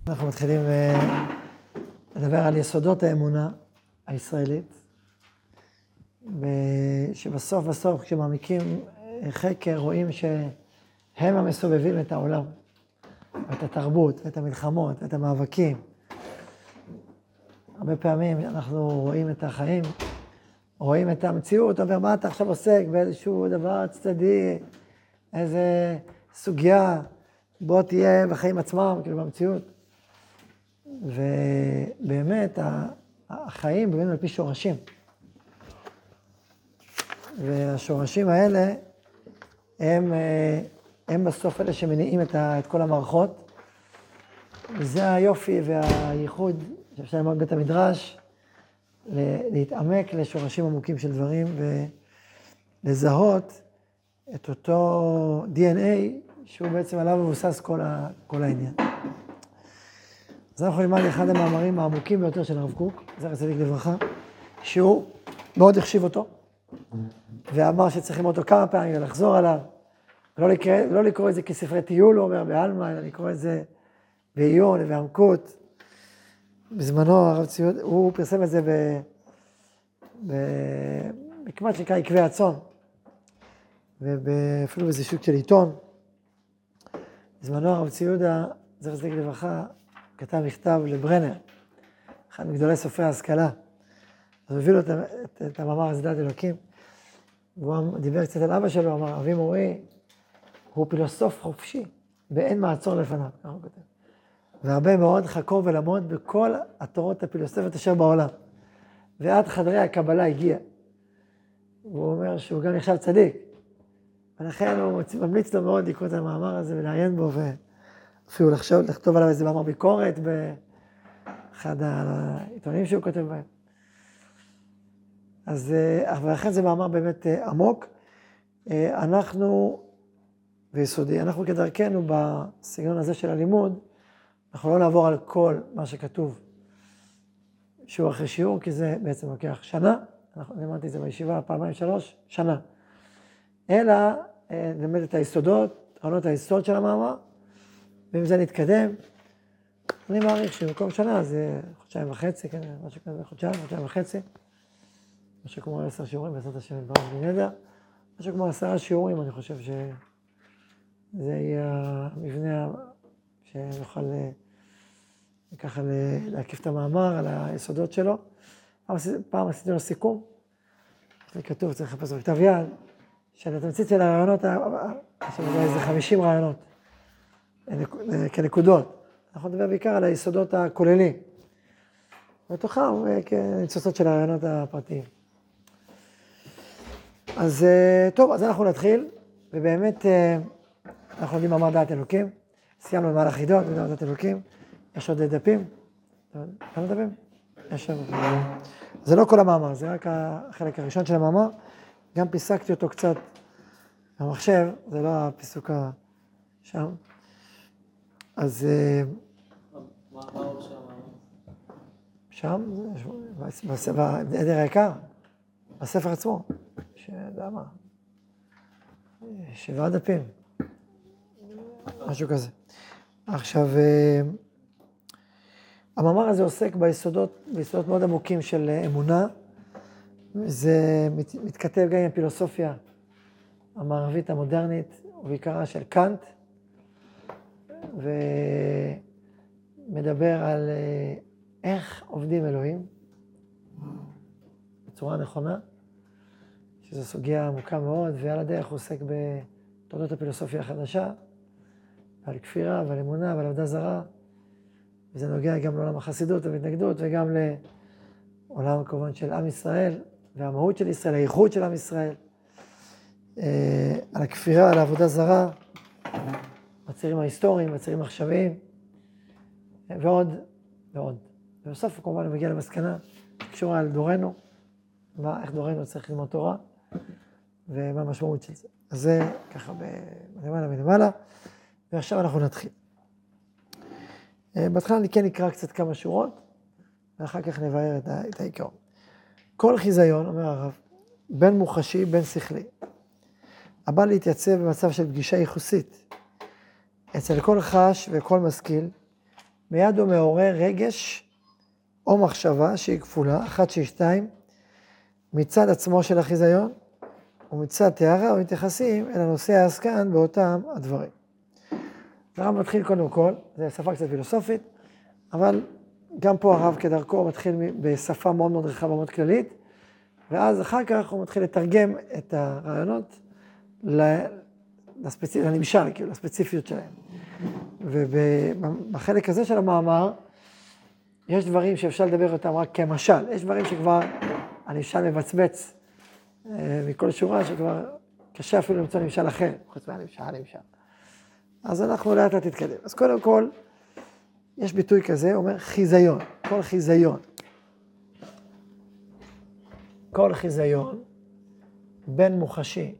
אנחנו מתחילים לדבר על יסודות האמונה הישראלית, שבסוף כשמעמיקים חקר רואים שהם המסובבים את העולם, את התרבות, את המלחמות, את המאבקים. הרבה פעמים אנחנו רואים את החיים, רואים את המציאות, אומר מה אתה עכשיו עוסק באיזשהו דבר צדדי, איזה סוגיה, בוא תהיה בחיים עצמם, כאילו במציאות. ובאמת החיים באים על פי שורשים. והשורשים האלה הם בסוף אלה שמניעים את כל המערכות. וזה היופי והייחוד שאפשר ללמוד בית המדרש, להתעמק לשורשים עמוקים של דברים ולזהות את אותו DNA שהוא בעצם עליו מבוסס כל העניין. אז אנחנו נלמד אחד המאמרים העמוקים ביותר של הרב קוק, זכר צדיק לברכה, שהוא מאוד החשיב אותו, ואמר שצריכים אותו כמה פעמים ולחזור עליו, לא לקרוא את זה כספרי טיול, הוא אומר בעלמא, אלא לקרוא את זה בעיון ובעמקות. בזמנו הרב ציוד, הוא פרסם את זה בכמעט שנקרא עקבי הצאן, ואפילו באיזה שוק של עיתון. בזמנו הרב ציודה, זכר צדיק לברכה, כתב מכתב לברנר, אחד מגדולי סופרי ההשכלה. אז הוא הביא לו את המאמר הזה דעת אלוקים, והוא דיבר קצת על אבא שלו, אמר, אבי מורי, הוא פילוסוף חופשי, ואין מעצור לפניו, ככה הוא כותב. והרבה מאוד חקור ולמוד בכל התורות הפילוסופיות אשר בעולם. ועד חדרי הקבלה הגיע. והוא אומר שהוא גם נחשב צדיק. ולכן הוא ממליץ לו מאוד לקרוא את המאמר הזה ולעיין בו, ואפילו לכתוב עליו איזה מאמר ביקורת באחד העיתונים שהוא כותב בהם. אז ולכן זה מאמר באמת עמוק. אנחנו ויסודי, אנחנו כדרכנו בסגנון הזה של הלימוד, אנחנו לא נעבור על כל מה שכתוב שיעור אחרי שיעור, כי זה בעצם לוקח שנה, אני אמרתי את זה בישיבה, פעמיים שלוש, שנה. אלא נלמד את היסודות, רעיונות היסוד של המאמר, ואם זה נתקדם, אני מעריך שבמקום שנה זה חודשיים וחצי, כן, משהו כזה, חודשיים וחצי, משהו כמו 10 שיעורים, בעזרת השם יתברך בנהדר, משהו כמו 10 שיעורים, אני חושב שזה יהיה המבנה שנוכל ככה להקיף את המאמר על היסודות שלו. פעם עשיתי לו סיכום, יש לי כתוב, צריך לחפש בכתב יד, שאני תמצית של הרעיונות, יש לנו איזה 50 רעיונות, כנקודות. אנחנו נדבר בעיקר על היסודות הכוללים, בתוכם כניצוצות של הרעיונות הפרטיים. אז טוב, אז אנחנו נתחיל, ובאמת אנחנו יודעים מה דעת אלוקים, סיימנו במהלך חידות, דעת אלוקים, יש עוד דפים, כמה דפים? יש עוד. זה לא כל המאמר, זה רק החלק הראשון של המאמר, גם פיסקתי אותו קצת במחשב, זה לא הפיסוק שם. אז מה עוד שם? שם, בעדר העיקר, בספר עצמו, שיודע מה, 7 דפים, משהו כזה. עכשיו, המאמר הזה עוסק ביסודות מאוד עמוקים של אמונה, זה מתכתב גם עם הפילוסופיה המערבית המודרנית, ובעיקרה של קאנט, ומדבר על איך עובדים אלוהים בצורה נכונה, שזו סוגיה עמוקה מאוד, ועל הדרך הוא עוסק בתולדות הפילוסופיה החדשה, על כפירה ועל אמונה ועל עבודה זרה, וזה נוגע גם לעולם החסידות וההתנגדות, וגם לעולם כמובן של עם ישראל, והמהות של ישראל, הייחוד של עם ישראל, על הכפירה, על העבודה זרה, בצירים ההיסטוריים, בצירים העכשוויים, ועוד ועוד. ובסוף הוא כמובן מגיע למסקנה, קשורה על דורנו, איך דורנו צריך ללמוד תורה, ומה המשמעות של זה. אז זה ככה מלמעלה ולמעלה, ועכשיו אנחנו נתחיל. בהתחלה אני כן נקרא קצת כמה שורות, ואחר כך נבהר את העיקרון. כל חיזיון, אומר הרב, בין מוחשי בין שכלי, הבא להתייצב במצב של פגישה ייחוסית, אצל כל חש וכל משכיל, מיד הוא מעורר רגש או מחשבה שהיא כפולה, אחת שהיא שתיים, מצד עצמו של החיזיון, ומצד תארה ומתייחסים אל הנושא העסקן באותם הדברים. הרב מתחיל קודם כל, זו שפה קצת פילוסופית, אבל גם פה הרב כדרכו מתחיל בשפה מאוד מאוד רחבה, מאוד כללית, ואז אחר כך הוא מתחיל לתרגם את הרעיונות לנמשל, כאילו, לספציפיות שלהם. ובחלק הזה של המאמר, יש דברים שאפשר לדבר אותם רק כמשל, יש דברים שכבר הנמשל מבצבץ מכל שורה, שכבר קשה אפילו למצוא נמשל אחר, חוץ מהנמשל. אז אנחנו לאט לאט נתקדם. אז קודם כל, יש ביטוי כזה, הוא אומר חיזיון, כל חיזיון. כל חיזיון, בין מוחשי,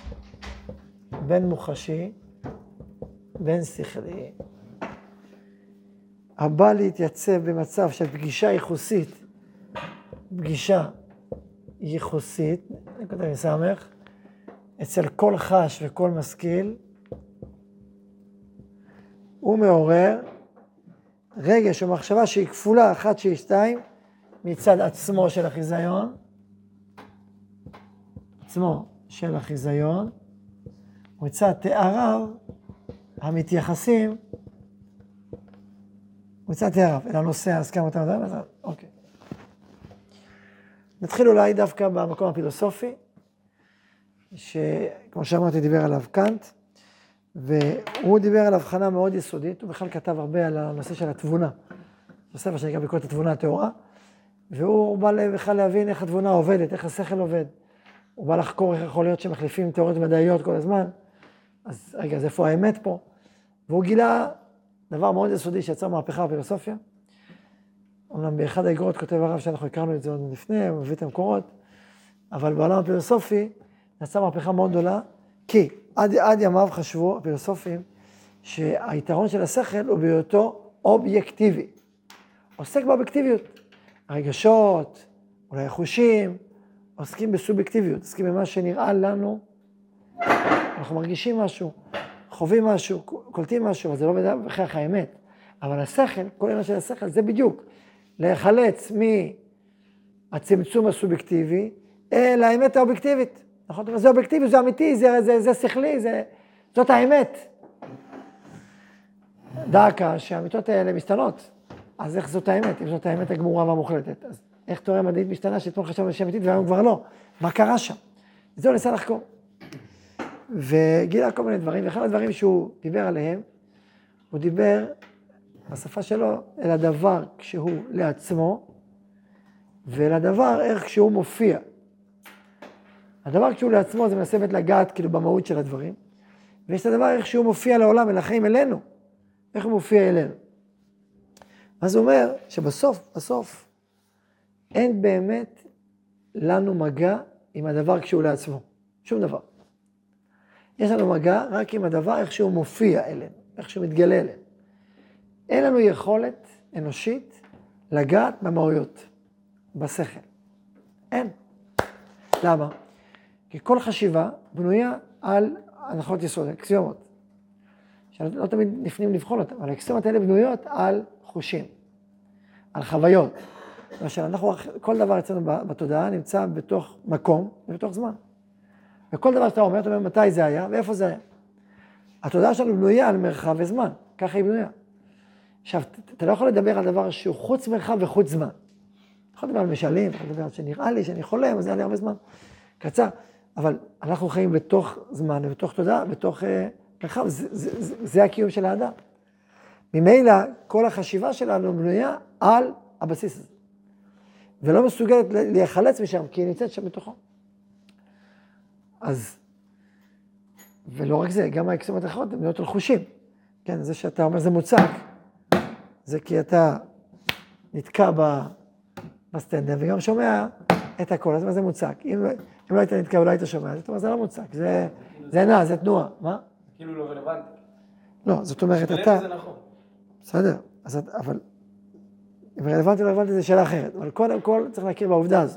בין שכלי, הבא להתייצב במצב של פגישה ייחוסית, אני כותב מסמך, אצל כל חש וכל משכיל, הוא מעורר רגש ומחשבה שהיא כפולה, אחת שהיא שתיים, מצד עצמו של החיזיון, מצד תאריו המתייחסים, אל הנושא העסקן אותם הדברים, אז אוקיי. נתחיל אולי דווקא במקום הפילוסופי, שכמו שאמרתי דיבר עליו קאנט, והוא דיבר על הבחנה מאוד יסודית, הוא בכלל כתב הרבה על הנושא של התבונה, זה ספר שנקרא ביקורת התבונה הטהורה, והוא בא בכלל להבין איך התבונה עובדת, איך השכל עובד, הוא בא לחקור איך יכול להיות שמחליפים תיאוריות מדעיות כל הזמן, אז רגע, אז איפה האמת פה? והוא גילה דבר מאוד יסודי שיצר מהפכה בפילוסופיה, אומנם באחד האגרות כותב הרב שאנחנו הכרנו את זה עוד לפני, הוא מביא את המקורות, אבל בעולם הפילוסופי יצר מהפכה מאוד גדולה, כי עד ימיו חשבו הפילוסופים שהיתרון של השכל הוא בהיותו אובייקטיבי. עוסק באובייקטיביות. הרגשות, אולי החושים, עוסקים בסובייקטיביות, עוסקים במה שנראה לנו, אנחנו מרגישים משהו, חווים משהו, קולטים משהו, אבל זה לא בכך האמת. אבל השכל, כל העניין של השכל, זה בדיוק להיחלץ מהצמצום הסובייקטיבי אל האמת האובייקטיבית. נכון? זה אובייקטיבי, זה אמיתי, זה שכלי, זאת האמת. דאקה שהאמיתות האלה משתנות, אז איך זאת האמת? אם זאת האמת הגמורה והמוחלטת, אז איך תיאוריה מדעית משתנה שאתמול חשבנו שהיא אמיתית והיום כבר לא? מה קרה שם? זה הוא ניסה לחקור. וגילה כל מיני דברים, ואחד הדברים שהוא דיבר עליהם, הוא דיבר בשפה שלו אל הדבר כשהוא לעצמו, ואל הדבר איך כשהוא מופיע. הדבר כשהוא לעצמו זה מנסה לגעת כאילו במהות של הדברים, ויש את הדבר איך שהוא מופיע לעולם, אל החיים אלינו, איך הוא מופיע אלינו. אז הוא אומר שבסוף, אין באמת לנו מגע עם הדבר כשהוא לעצמו, שום דבר. יש לנו מגע רק עם הדבר איך שהוא מופיע אלינו, איך שהוא מתגלה אלינו. אין לנו יכולת אנושית לגעת במהויות, בשכל. אין. למה? כי כל חשיבה בנויה על הנחות יסוד, אקסיומות. שלא תמיד נפנים לבחון אותם, אבל האקסיומות האלה בנויות על חושים, על חוויות. למשל, כל דבר אצלנו בתודעה נמצא בתוך מקום ובתוך זמן. וכל דבר שאתה אומר מתי זה היה ואיפה זה היה. התודעה שלנו בנויה על מרחב וזמן, ככה היא בנויה. עכשיו, אתה לא יכול לדבר על דבר שהוא חוץ מרחב וחוץ זמן. אתה יכול לדבר על משלים, אתה יכול לדבר על שנראה לי, שאני חולם, אז זה היה לי הרבה זמן. קצר, אבל אנחנו חיים בתוך זמן ובתוך תודעה, בתוך מרחב, זה הקיום של האדם. ממילא, כל החשיבה שלנו בנויה על הבסיס הזה. ולא מסוגלת להיחלץ משם, כי היא נמצאת שם בתוכו. אז, ולא רק זה, גם האקסיומות האחרות הן בנויות על חושים. כן, זה שאתה אומר זה מוצק, זה כי אתה נתקע בסטנדר וגם שומע את הכל, אז מה זה מוצק? אם לא היית נתקע ולא היית שומע, זאת אומרת, זה לא מוצק, זה נע, זה תנועה, מה? כאילו לא רלוונטי. לא, זאת אומרת, אתה... זה נכון. בסדר, אבל... אם רלוונטי או לא רלוונטי זה שאלה אחרת, אבל קודם כל צריך להכיר בעובדה הזו,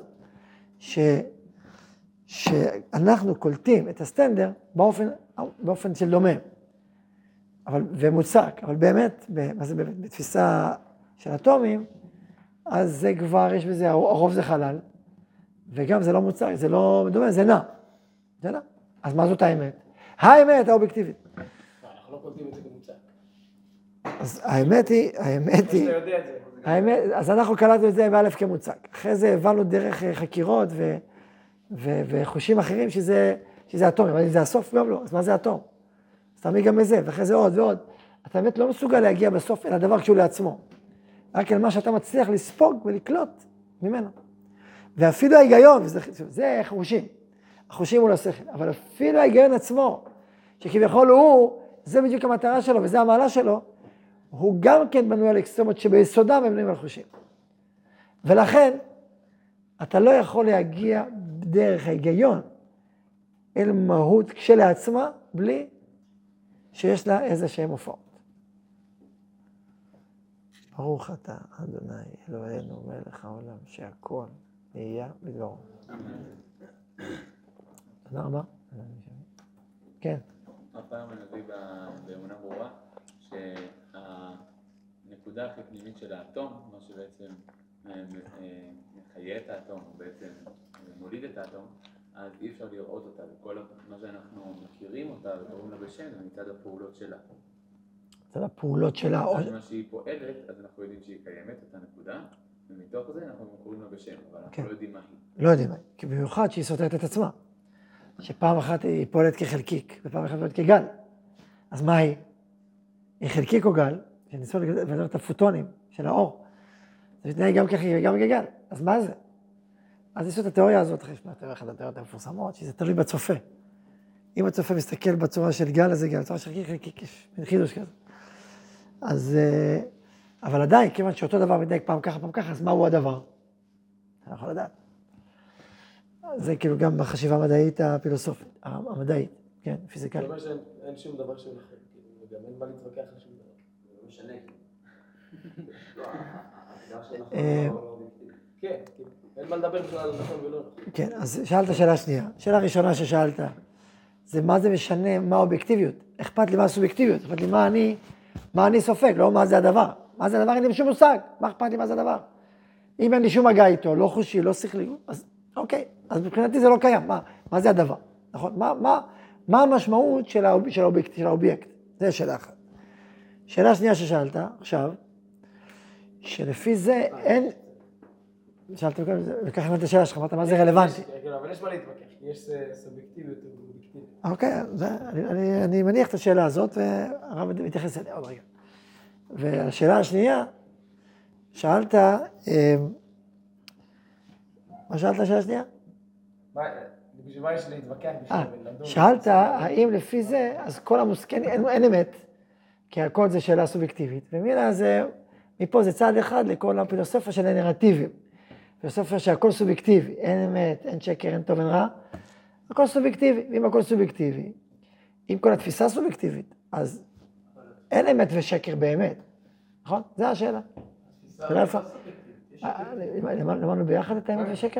שאנחנו קולטים את הסטנדר באופן של דומם. ומוצק, אבל באמת, מה זה באמת? בתפיסה של אטומים, אז זה כבר, יש בזה, הרוב זה חלל, וגם זה לא מוצק, זה לא מדומה, זה נע. זה נע. אז מה זאת האמת? האמת האובייקטיבית. אנחנו לא קולטים את זה כמוצק. אז האמת היא, אז אנחנו קלטנו את זה באלף כמוצק. אחרי זה הבנו דרך חקירות וחושים אחרים שזה אטום. אבל אם זה הסוף, גם לא. אז מה זה אטום? אז תמיד גם בזה, ואחרי זה עוד ועוד. אתה באמת לא מסוגל להגיע בסוף אל הדבר כשהוא לעצמו. רק אל מה שאתה מצליח לספוג ולקלוט ממנו. ואפילו ההיגיון, זה חושים. החושים הוא לא שכל, אבל אפילו ההיגיון עצמו, שכביכול זה בדיוק המטרה שלו וזה המעלה שלו, הוא גם כן בנוי על אקסטרמות שביסודם הם בנויים על חושים. ולכן, אתה לא יכול להגיע דרך ההיגיון אל מהות כשלעצמה, בלי שיש לה איזה שהם הופעות. ברוך אתה, אדוני, אלוהינו, מלך העולם, שהכל נהיה בדברו. תודה רבה. כן. הפעם הנביא באמונה ברורה, שהנקודה הכי פנימית של האטום, מה שבעצם מחיה את האטום, או בעצם מוליד את האטום, אז אי אפשר לראות אותה, וכל מה שאנחנו מכירים אותה וקוראים לה בשם, זה מצד הפעולות שלה. מצד הפעולות שלה. מה שהיא פועלת, אז אנחנו יודעים שהיא קיימת, אותה נקודה, ומתוך זה אנחנו קוראים לה בשם, אבל אנחנו לא יודעים מה היא. לא יודעים מה היא, כי במיוחד שהיא סותרת את עצמה. שפעם אחת היא פועלת כחלקיק, ופעם אחת פועלת כגל. אז מה היא? היא חלקיק או גל, שניסו לבדל את הפוטונים של האור. זה מתנהג גם כחלקיק וגם כגל. אז מה זה? אז ניסו את התיאוריה הזאת, אחרי אחת התיאוריות המפורסמות, שזה תלוי בצופה. אם הצופה מסתכל בצורה של גל, אז זה גל, בצורה של חלקיק, יש מין חידוש כזה. אז, אבל עדיין, כיוון שאותו דבר מתנהג פעם ככה, אז מהו הדבר? אתה לא יכול לדעת. זה כאילו גם בחשיבה המדעית הפילוסופית, המדעית, כן, פיזיקלית. זאת אומרת שאין שום דבר שהוא נכון, וגם אין מה להתווכח על שום דבר. זה לא משנה. כן, אין מה לדבר בכלל על נכון ולא נכון. כן, אז שאלת שאלה שנייה. שאלה ראשונה ששאלת, זה מה זה משנה, מה האובייקטיביות? אכפת לי מה הסובייקטיביות, אכפת לי מה אני סופג, לא מה זה הדבר. מה זה הדבר, אין לי שום מושג, מה אכפת לי מה זה הדבר? אם אין לי שום מגע איתו, לא חושי, לא שכלי, אז אוקיי, אז מבחינתי זה לא קיים, מה זה הדבר, נכון? מה המשמעות של האובייקט? זה שאלה אחת. שאלה שנייה ששאלת עכשיו, שלפי זה אין, שאלת וכך הבנת השאלה שלך, אמרת מה זה רלוונטי. אבל יש מה להתווכח, יש סובייקטיביות ואובייקטיביות. אוקיי, אני מניח את השאלה הזאת, והרב מתייחס אליה עוד רגע. והשאלה השנייה, שאלת, מה שאלת השאלה השנייה? בשביל מה יש להתווכח? שאלת, האם לפי זה, אז כל המוסכן, אין אמת, כי הכל זה שאלה סובייקטיבית, ומילה זה, מפה זה צעד אחד לכל הפילוסופיה של הנרטיבים. פילוסופיה שהכל סובייקטיבי, אין אמת, אין שקר, אין טוב, אין רע, הכל סובייקטיבי, ואם הכל סובייקטיבי, אם כל התפיסה סובייקטיבית, אז אין אמת ושקר באמת, נכון? זה השאלה. שאלה איפה? למדנו ביחד את האמת ושקר?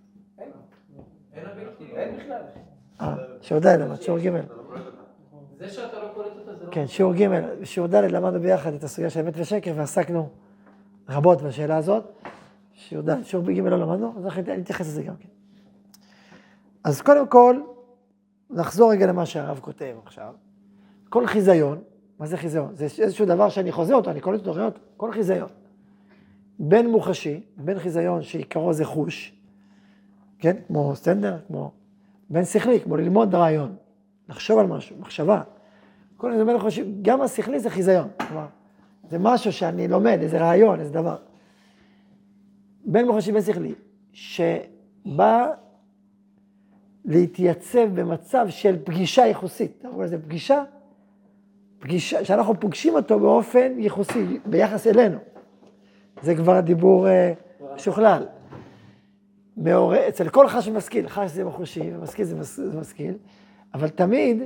אין בכלל. שיעור ד' למד, שיעור ג'. זה שאתה לא קולט אותה זה לא... כן, שיעור ג', שיעור ד' למדנו ביחד את הסוגיה של אמת ושקר, ועסקנו רבות בשאלה הזאת. שיעור ג' לא למדנו, אז אני אתייחס לזה גם כן. אז קודם כל, נחזור רגע למה שהרב כותב עכשיו. כל חיזיון, מה זה חיזיון? זה איזשהו דבר שאני חוזה אותו, אני קולט אותו, כל חיזיון. בין מוחשי, בין חיזיון שעיקרו זה חוש, כן? כמו סטנדר, כמו בין שכלי, כמו ללמוד רעיון, לחשוב על משהו, מחשבה. כל זה בין מוחשי, גם השכלי זה חיזיון. כלומר, זה משהו שאני לומד, איזה רעיון, איזה דבר. בין מוחשי, בין שכלי, שבא להתייצב במצב של פגישה ייחוסית. אנחנו קוראים לזה פגישה, שאנחנו פוגשים אותו באופן ייחוסי, ביחס אלינו. זה כבר הדיבור שוכלל. אצל כל חש ומשכיל, חש זה מחושי ומשכיל זה משכיל, אבל תמיד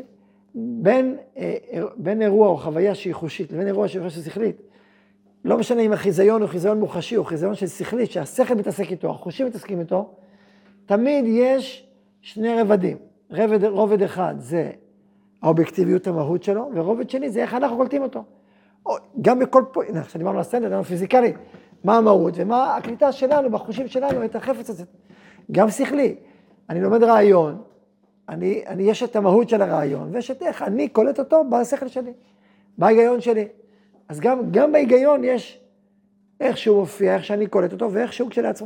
בין אירוע או חוויה שהיא חושית לבין אירוע שהיא חושית שכלית, לא משנה אם החיזיון הוא חיזיון מוחשי או חיזיון של שכלית, שהשכל מתעסק איתו, החושים מתעסקים איתו, תמיד יש שני רבדים. רובד אחד זה האובייקטיביות, המהות שלו, ורובד שני זה איך אנחנו קולטים אותו. גם בכל פה, הנה, עכשיו דיברנו על הסטנדרט, דיברנו פיזיקלית, מה המהות ומה הקליטה שלנו, בחושים שלנו, את החפץ הזה. גם שכלי, אני לומד רעיון, יש את המהות של הרעיון, ויש את איך אני קולט אותו בשכל שלי, בהיגיון שלי. אז גם בהיגיון יש איך שהוא מופיע, איך שאני קולט אותו, ואיך שהוא כשלעצמו.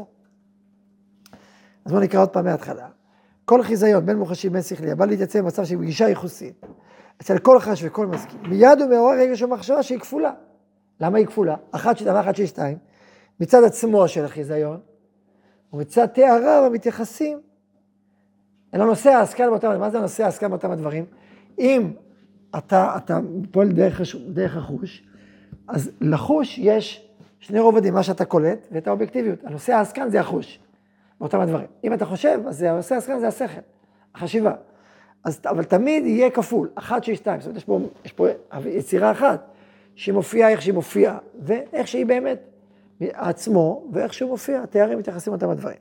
אז בואו נקרא עוד פעם מההתחלה. כל חיזיון בין מוחשי בין שכלי, הבא להתייצב במצב של פגישה ייחוסית, אצל כל חש וכל מסכים, מיד הוא מעורר רגש ומחשבה שהיא כפולה. למה היא כפולה? אחת שתיים, אחת שתיים, מצד עצמו של החיזיון, ומצד תאריו המתייחסים, אל הנושא ההשכלה באותם הדברים. מה זה הנושא ההשכלה באותם הדברים? אם אתה פועל דרך החוש, אז לחוש יש שני רובדים, מה שאתה קולט ואת האובייקטיביות. הנושא ההשכלה זה החוש, באותם הדברים. אם אתה חושב, אז הנושא ההשכלה זה השכל, החשיבה. אבל תמיד יהיה כפול, אחת שתיים. זאת אומרת, יש פה יצירה אחת, שהיא מופיעה איך שהיא מופיעה, ואיך שהיא באמת עצמו, ואיך שהוא מופיע, התארים מתייחסים אותם הדברים.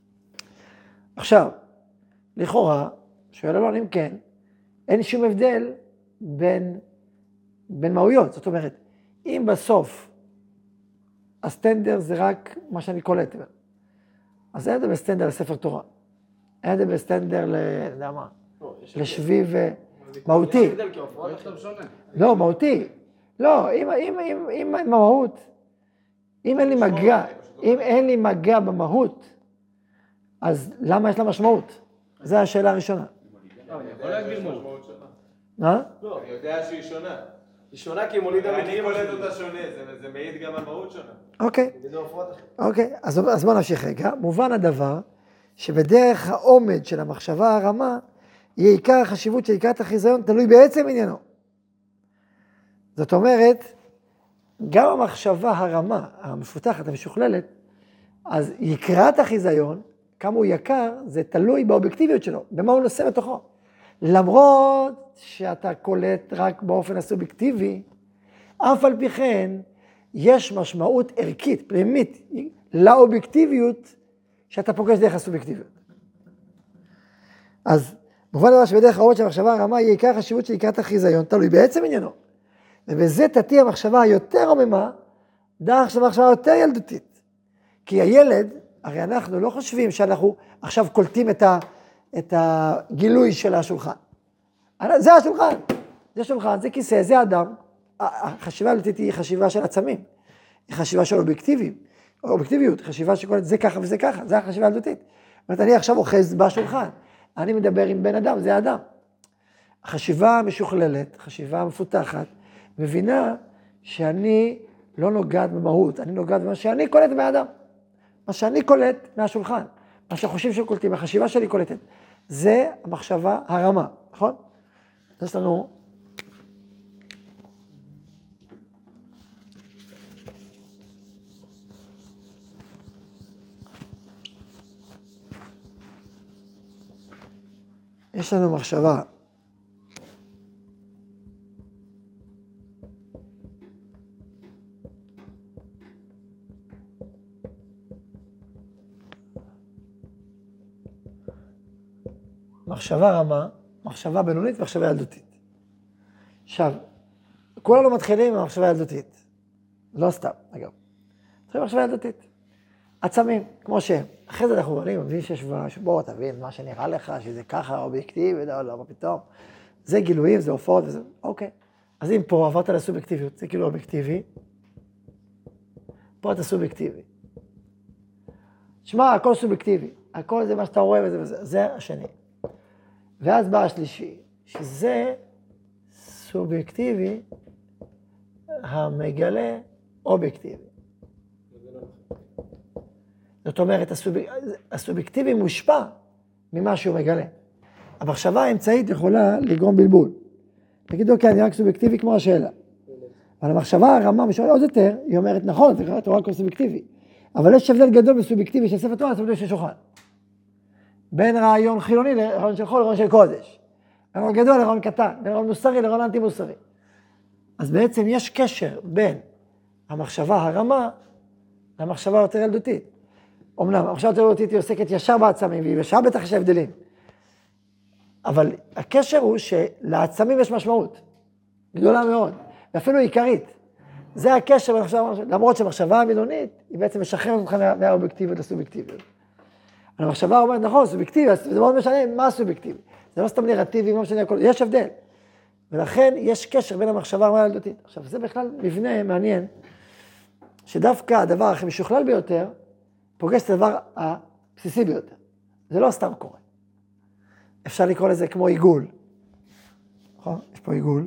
עכשיו, לכאורה, שואל אלון, אם כן, אין שום הבדל בין מהויות. זאת אומרת, אם בסוף הסטנדר זה רק מה שאני קולט, אז אין הבדל בסטנדר לספר תורה. אין הבדל בסטנדר למה? לשביב מהותי. לא, מהותי. לא, אם המהות, אם אין לי מגע במהות, אז למה יש לה משמעות? זו השאלה הראשונה. אני יכול להגדיר משמעות שונה. מה? לא, אני יודע שהיא שונה. היא שונה כי היא מולידה אני קולט אותה שונה, זה מעיד גם על מהות שונה. אוקיי, אז בוא נמשיך רגע. מובן הדבר שבדרך העומד של המחשבה הרמה, יהיה עיקר החשיבות של עיקרת החיזיון תלוי בעצם עניינו. זאת אומרת, גם המחשבה הרמה, המפותחת, המשוכללת, אז יקרת החיזיון, כמה הוא יקר, זה תלוי באובייקטיביות שלו, במה הוא נושא בתוכו. למרות שאתה קולט רק באופן הסובייקטיבי, אף על פי כן, יש משמעות ערכית, פנימית, לאובייקטיביות שאתה פוגש דרך הסובייקטיביות. אז מובן דבר שבדרך העומד של המחשבה הרמה, יהיה עיקר החשיבות של יקרת החיזיון, תלוי בעצם עניינו. ובזה תהיה המחשבה היותר רוממה, דרך של המחשבה היותר ילדותית. כי הילד, הרי אנחנו לא חושבים שאנחנו עכשיו קולטים את הגילוי של השולחן. זה השולחן, זה שולחן, זה כיסא, זה אדם. החשיבה הילדותית היא חשיבה של עצמים, היא חשיבה של אובייקטיביות, חשיבה שקולט זה ככה וזה ככה, זה החשיבה הילדותית. זאת אומרת, אני עכשיו אוחז בשולחן, אני מדבר עם בן אדם, זה האדם. החשיבה המשוכללת, חשיבה מפותחת, מבינה שאני לא נוגעת במהות, אני נוגעת במה שאני קולט מהאדם. מה שאני קולט מהשולחן, מה שחושבים שקולטים, החשיבה שלי קולטת, זה המחשבה הרמה, נכון? יש לנו... יש לנו מחשבה. מחשבה רמה, מחשבה בינונית ומחשבה ילדותית. עכשיו, כולנו מתחילים עם מחשבה ילדותית. לא סתם, אגב. מתחילים עם מחשבה ילדותית. עצמים, כמו שהם. אחרי זה אנחנו עולים, מבין שיש בוא, תבין מה שנראה לך, שזה ככה, אובייקטיבי, לא, מה פתאום. זה גילויים, זה הופעות וזה, אוקיי. אז אם פה עברת לסובייקטיביות, זה כאילו אובייקטיבי, פה אתה סובייקטיבי. שמע, הכל סובייקטיבי, הכל זה מה שאתה רואה וזה, זה השני. ואז בא השלישי, שזה סובייקטיבי המגלה אובייקטיבי. זאת אומרת, הסובייקטיבי מושפע ממה שהוא מגלה. המחשבה האמצעית יכולה לגרום בלבול. תגידו, כן, אני רק סובייקטיבי כמו השאלה. אבל המחשבה הרמה משואלת עוד יותר, היא אומרת, נכון, זה קראת רק סובייקטיבי. אבל יש הבדל גדול בסובייקטיבי של ספר תורה, סובייקטיבי של שולחן. בין רעיון חילוני לרעיון של חול, לרעיון של קודש. רעיון גדול לרעיון קטן, בין רעיון מוסרי לרעיון אנטי מוסרי. אז בעצם יש קשר בין המחשבה הרמה למחשבה יותר ילדותית. אמנם, המחשבה יותר ילדותית היא עוסקת ישר בעצמים, והיא ישר בטח יש הבדלים. אבל הקשר הוא שלעצמים יש משמעות, גדולה מאוד, ואפילו עיקרית. זה הקשר, למרות שהמחשבה המילונית, היא בעצם משחררת אותך מהאובייקטיביות לסובייקטיביות. אבל המחשבה אומרת, נכון, סובייקטיבי, זה מאוד משנה מה סובייקטיבי. זה לא סתם נרטיבי, לא משנה הכל, יש הבדל. ולכן יש קשר בין המחשבה והילדותית. עכשיו, זה בכלל מבנה מעניין, שדווקא הדבר הכי משוכלל ביותר, פוגש את הדבר הבסיסי ביותר. זה לא סתם קורה. אפשר לקרוא לזה כמו עיגול. נכון? יש פה עיגול.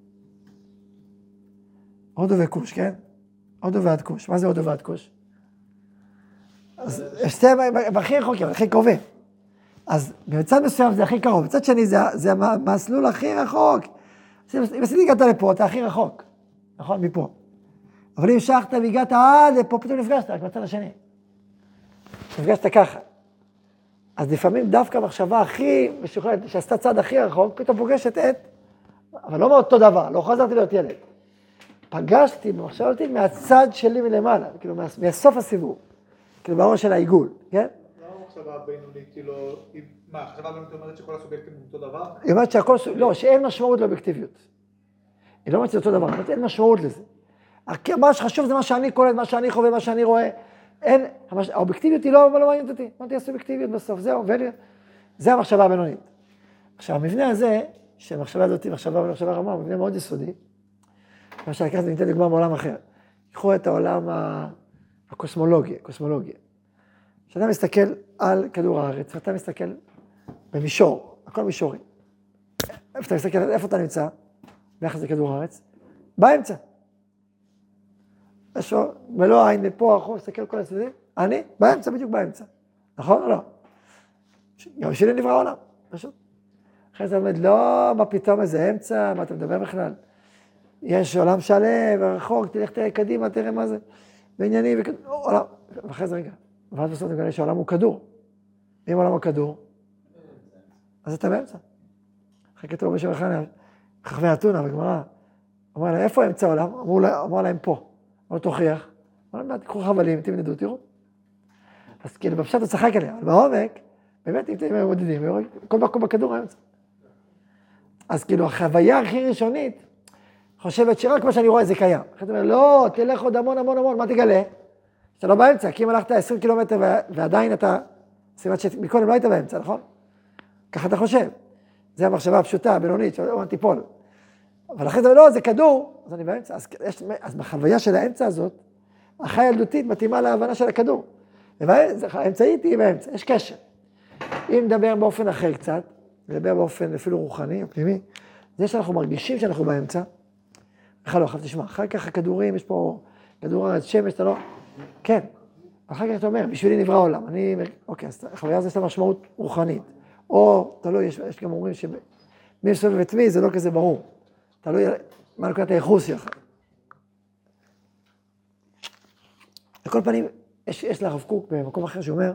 הודו וכוש, כן? הודו ועד כוש. מה זה הודו ועד כוש? אז שתי הכי רחוקים, הכי קרובים. אז בצד מסוים זה הכי קרוב, בצד שני זה המסלול הכי רחוק. אם עשיתי הגעת לפה, אתה הכי רחוק. נכון? מפה. אבל אם המשכת והגעת עד לפה, פתאום נפגשת, רק בצד השני. נפגשת ככה. אז לפעמים דווקא המחשבה הכי משוכללת, שעשתה צד הכי רחוק, פתאום פוגשת אבל לא מאותו דבר, לא חזרתי להיות ילד. פגשתי במחשבה אותי מהצד שלי מלמעלה, כאילו מהסוף הסיבוב, כאילו באור של העיגול, כן? לא המחשבה הבינונית, כאילו, מה, המחשבה הבינונית אומרת שכל הסובייקטים הם אותו דבר? היא אומרת שהכל, לא, שאין משמעות לאובייקטיביות. היא לא אומרת שזה אותו דבר, אין משמעות לזה. מה שחשוב זה מה שאני קולט, מה שאני חווה, מה שאני רואה. האובייקטיביות היא לא מעניינת אותי. אמרתי, הסובייקטיביות בסוף, זהו, זה המחשבה הבינונית. עכשיו, המבנה הזה, שהמחשבה הזאת היא מחשבה רמה, הוא מבנה מאוד יסודי. למשל, לקחת ניתן דוגמה מעולם אחר. קחו את העולם הקוסמולוגיה. כשאתה מסתכל על כדור הארץ, ואתה מסתכל במישור, הכל מישורי. איפה אתה מסתכל, איפה אתה נמצא? ביחס לכדור הארץ? באמצע. יש לו מלוא העין לפה, אחור, מסתכל כל הצדדים. אני באמצע, בדיוק באמצע. נכון או לא? גם שלי נברא העולם, פשוט. אחרי זה עומד, לא, מה פתאום איזה אמצע, מה אתה מדבר בכלל? יש עולם שלם ורחוק, תלך תראה קדימה, תראה מה זה. בעניינים עולם. ואחרי זה רגע, ואז בסוף נגלה שהעולם הוא כדור. אם העולם הוא כדור, אז אתה באמצע. אחרי כתוב בשם אחד, חכמי אתונה בגמרא, אמר להם, איפה אמצע העולם? אמר להם פה. אמר תוכיח. אמר להם, תקחו חבלים, תמדדו, תראו. אז כאילו, בפשט הוא צחק עליה, אבל בעומק, באמת, אם אתם מודדים, כל מקום בכדור האמצע. אז כאילו, החוויה הכי ראשונית, חושבת שרק מה שאני רואה זה קיים. אחרי אתה אומר, לא, תלך עוד המון, מה תגלה? שאתה לא באמצע, כי אם הלכת 20 קילומטר ועדיין אתה, סימן שמקודם לא היית באמצע, נכון? ככה אתה חושב. זה המחשבה הפשוטה, הבינונית, שאומרת תיפול. אבל אחרי זה, לא, זה כדור, אז אני באמצע. אז בחוויה של האמצע הזאת, החיה ילדותית מתאימה להבנה של הכדור. האמצעית היא באמצע, יש קשר. אם נדבר באופן אחר קצת, נדבר באופן אפילו רוחני, פנימי, זה שאנחנו מרגישים שאנחנו באמצע, בכלל לא, עכשיו תשמע, אחר כך הכדורים, יש פה כדור הארץ, שמש, אתה לא, כן, אחר כך אתה אומר, בשבילי נברא העולם, אוקיי, אז החוויה הזאת יש לה משמעות רוחנית, או, תלוי, יש גם אומרים שמי מסובב את מי, זה לא כזה ברור, תלוי מה נקודת הייחוס שלך. לכל פנים, יש לרב קוק במקום אחר שאומר,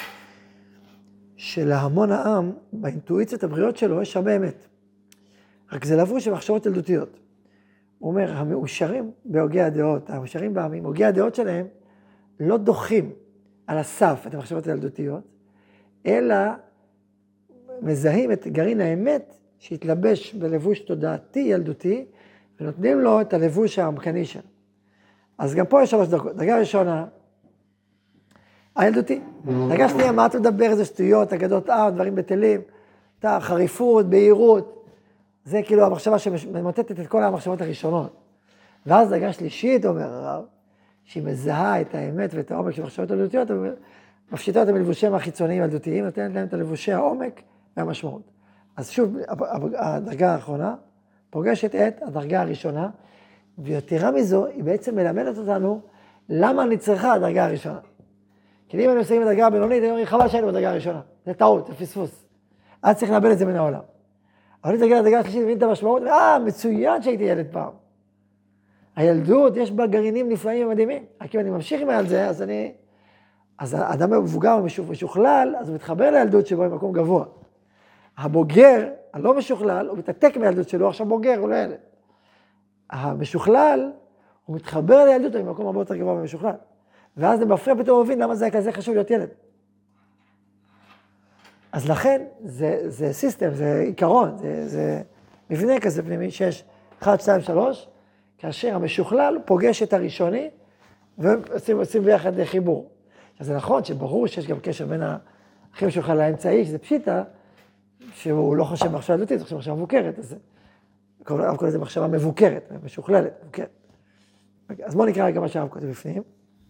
שלהמון העם, באינטואיציות הבריאות שלו, יש הרבה אמת. רק זה לבוש במחשבות ילדותיות. הוא אומר, המאושרים בהוגי הדעות, המאושרים בעמים, הוגי הדעות שלהם, לא דוחים על הסף את המחשבות הילדותיות, אלא מזהים את גרעין האמת שהתלבש בלבוש תודעתי ילדותי, ונותנים לו את הלבוש העמקני שלו. אז גם פה יש 3 דרגות. דרגה ראשונה, הילדותי. דרגה שנייה, מה אתה מדבר, איזה שטויות, אגדות דברים בטלים, חריפות, בהירות. זה כאילו המחשבה שממוטטת את כל המחשבות הראשונות. ואז דרגה שלישית, אומר הרב, שהיא מזהה את האמת ואת העומק של המחשבות הילדותיות, מפשיטה אותם מלבושיהם החיצוניים הילדותיים, נותנת להם את הלבושי העומק והמשמעות. אז שוב, הדרגה האחרונה פוגשת את הדרגה הראשונה, ויתרה מזו, היא בעצם מלמדת אותנו למה אני צריכה הדרגה הראשונה. כי אם אני מסיים בדרגה הבינונית, אני אומר, חבל שהיינו בדרגה הראשונה. זה טעות, זה פספוס. אז צריך לאבד את זה מן העולם. אבל אם תגיע לדרגה השלישית, מבין את המשמעות, מצוין שהייתי ילד פעם. הילדות, יש בה גרעינים נפלאים ומדהימים. רק אם אני ממשיך עם זה, אז האדם מבוגר משוכלל, אז הוא מתחבר לילדות שבו במקום גבוה. הבוגר, הלא משוכלל, הוא מתעתק מהילדות שלו, עכשיו בוגר, הוא לא ילד. המשוכלל, הוא מתחבר לילדות במקום הרבה יותר גבוה ומשוכלל. ואז זה מפריע פתאום מבין למה זה היה כזה חשוב להיות ילד. אז לכן זה סיסטם, זה עיקרון, זה מבנה כזה פנימי שיש 1, 2, 3, כאשר המשוכלל פוגש את הראשוני, ועושים ביחד חיבור. אז זה נכון שברור שיש גם קשר בין הכי משוכלל לאמצעי, שזה פשיטה, שהוא לא חושב מחשבה דתית, זה חושב מחשבה מבוקרת, אז הרב קורא לזה מחשבה מבוקרת, משוכללת, מבוקרת. אז בואו נקרא רגע מה שהרב כותב בפנים.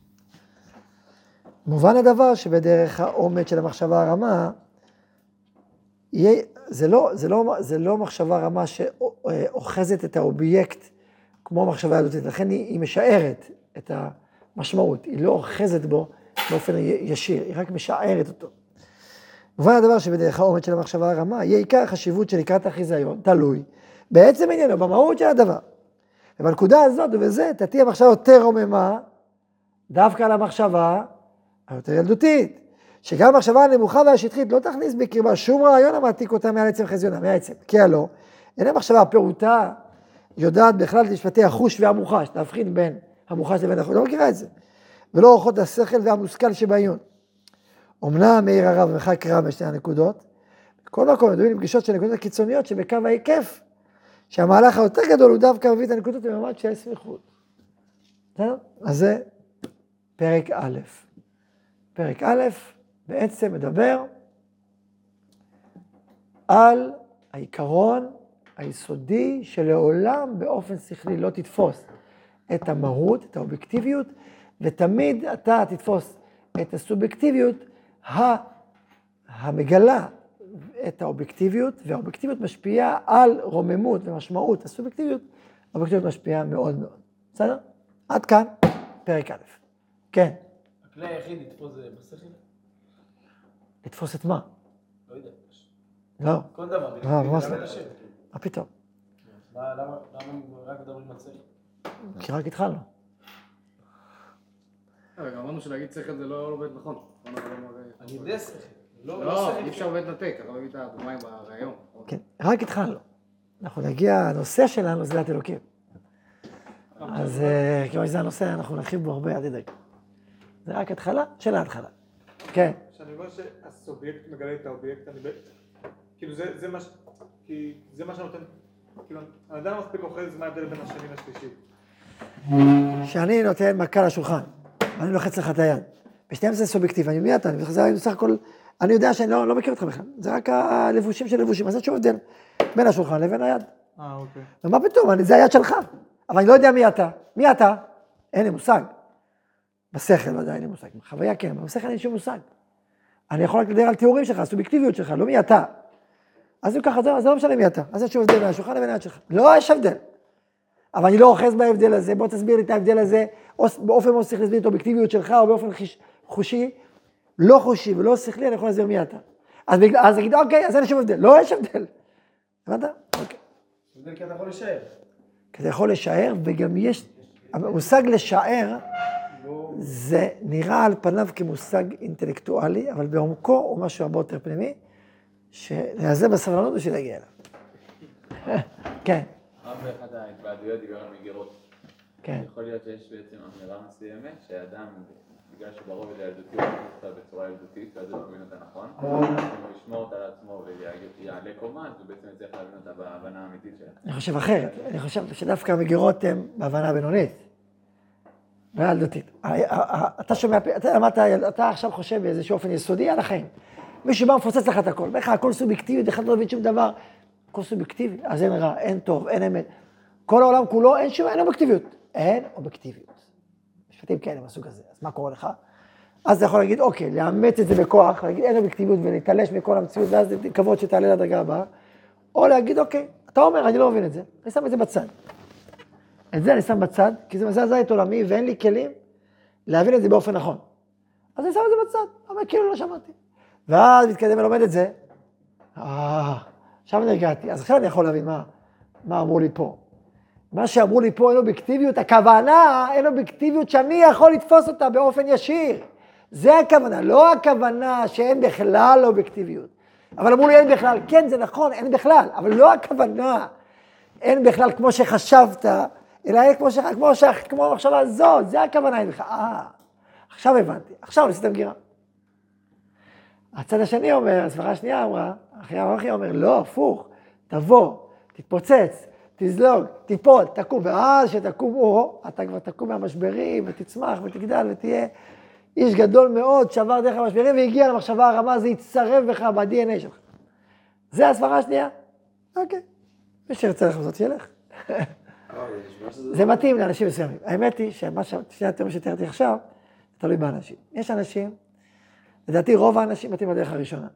מובן הדבר שבדרך העומד של המחשבה הרמה, זה לא מחשבה רמה שאוחזת את האובייקט כמו מחשבה ילדותית, לכן היא משערת את המשמעות, היא לא אוחזת בו באופן ישיר, היא רק משערת אותו. מובן הדבר שבדרך העומד של המחשבה הרמה, יהיה עיקר החשיבות של לקראת החיזיון, תלוי, בעצם עניינו, במהות של הדבר. ובנקודה הזאת ובזה, תהיה המחשבה יותר רוממה, דווקא על המחשבה היותר ילדותית, שגם המחשבה הנמוכה והשטחית לא תכניס בקרבה שום רעיון המעתיק אותה מעל עצם חזיונה, מהעצם, כי הלא, אין המחשבה הפירוטה, יודעת בכלל את משפטי החוש והמוחש, להבחין בין המוחש לבין החוש, לא מכירה את זה, ולא אורחות השכל והמושכל שבעיון. אמנם מאיר הרב ומחק רב בשתי הנקודות, בכל מקום מדועים לפגישות של נקודות הקיצוניות שבקו ההיקף, שהמהלך היותר גדול הוא דווקא מביא את הנקודות במעמד של סמיכות. אז זה פרק א'. פרק א' בעצם מדבר על העיקרון היסודי שלעולם באופן שכלי לא תתפוס את המהות, את האובייקטיביות, ותמיד אתה תתפוס את הסובייקטיביות המגלה את האובייקטיביות, והאובייקטיביות משפיעה על רוממות ומשמעות. הסובייקטיביות, האובייקטיביות משפיעה מאוד מאוד. בסדר? עד כאן, פרק א'. כן. הכלי היחיד לתפוס זה בשכל? לתפוס את מה? לא יודע. לא. כל דבר. ממש לא. גם את השם. מה פתאום? למה רק מדברים על שכל? כי רק התחלנו. גם אמרנו שלהגיד שכל זה לא עובד נכון. אני יודע שכל. לא, אי אפשר עובד לנתק, אתה מביא את הדוגמה עם הרעיון. כן, רק התחלנו. אנחנו נגיע, הנושא שלנו זה דעת אלוקים. אז כיוון שזה הנושא, אנחנו נרחיב בו הרבה, אל תדאג. זה רק התחלה של ההתחלה. כן. כשאני אומר שהסובייקט מגלה את האובייקט, אני כאילו זה מה שנותן, כאילו, האדם מספיק אוחז מה ההבדל בין השני לשלישי. שאני נותן מכה לשולחן, ואני לוחץ לך את היד. בשתיהם זה סובייקטיבי, אני מי אתה, אני בסך הכל, אני יודע שאני לא מכיר אותך בכלל, זה רק הלבושים של לבושים, אז זה שוב הבדל בין השולחן לבין היד. אוקיי. ומה פתאום, זה היד שלך, אבל אני לא יודע מי אתה. מי אתה? אין לי מושג. בשכל ודאי אין לי מושג, בחוויה כן, אבל בשכל אין לי שום מושג. אני יכול רק לדבר על תיאורים שלך, הסובייקטיביות שלך, לא מי אתה. אז אם ככה, זה לא משנה מי אתה, אז יש שוב הבדל בין השולחן לבין היד שלך. לא, יש הבדל. אבל אני לא אוחז בהבדל הזה, בוא תסביר לי את ההבדל הזה, או באופן מאוד צריך להסביר את האובייקטיביות שלך, או באופן חושי, לא חושי ולא שכלי, אני יכול להסביר מי אתה. אז נגיד, אוקיי, אז אין שום הבדל. לא, יש הבדל. הבנת? אוקיי. הבדל כי אתה יכול לשער. כי אתה יכול לשער, וגם יש, המושג לשער, זה נראה על פניו כמושג אינטלקטואלי, אבל בעומקו הוא משהו הרבה יותר פנימי, שנעזר בסבלנות בשביל להגיע אליו. כן. הרב באחד ההתוועדויות דיבר על מגירות. כן. יכול להיות שיש בעצם אמירה מסוימת שהאדם, בגלל שברובד הילדותי הוא מכניס אותה בצורה ילדותית, ואז הוא מבין אותה נכון, אם הוא ישמור אותה לעצמו ויעלה קומה, אז הוא בעצם צריך להבין אותה בהבנה האמיתית שלה. אני חושב אחרת, אני חושב שדווקא המגירות הן בהבנה הבינונית, והילדותית. אתה שומע, אתה עכשיו חושב באיזשהו אופן יסודי על החיים. מישהו בא מפוצץ לך את הכל, ואיך הכל סובייקטיבי, אחד לא מבין שום דבר, הכל סובייקטיבי, אז אין רע, אין טוב, אין אמת. כל העולם כולו אין אובייקטיביות. אין אובייקטיביות. משפטים כאלה מהסוג הזה, אז מה קורה לך? אז אתה יכול להגיד, אוקיי, לאמץ את זה בכוח, להגיד אין אובייקטיביות ולהתעלש מכל המציאות, ואז כבוד שתעלה לדרגה הבאה, או להגיד, אוקיי, אתה אומר, אני לא מבין את זה, אני שם את זה בצד. את זה אני שם בצד, כי זה מזעזע את עולמי, ואין לי כלים להבין את זה באופן נכון. אז אני שם את זה בצד, אבל כאילו לא שמעתי. ואז מתקדם ולומד את זה, עכשיו נרגעתי, אז עכשיו אני יכול להבין מה אמרו לי פה. מה שאמרו לי פה אין אובייקטיביות, הכוונה אין אובייקטיביות שאני יכול לתפוס אותה באופן ישיר. זה הכוונה, לא הכוונה שאין בכלל אובייקטיביות. אבל אמרו לי אין בכלל, כן זה נכון, אין בכלל, אבל לא הכוונה אין בכלל כמו שחשבת, אלא כמו המחשבה הזאת, זה הכוונה אין בכלל. עכשיו הבנתי, עכשיו עשיתם גירה. הצד השני אומר, הסברה השנייה אמרה, אחי אומר, לא, הפוך, תבוא, תתפוצץ, תזלוג, תיפול, תקום, ואז שתקום, אתה כבר תקום מהמשברים, ותצמח ותגדל ותהיה איש גדול מאוד, שעבר דרך המשברים והגיע למחשבה הרמה, זה יצטרף בך ב-DNA שלך. זה הסברה השנייה? אוקיי. מי שירצה לך זאת ילך. זה מתאים לאנשים מסוימים. האמת היא ששני התיאורים שתיארתי עכשיו, זה תלוי באנשים. יש אנשים, לדעתי רוב האנשים מתאים בדרך הראשונה.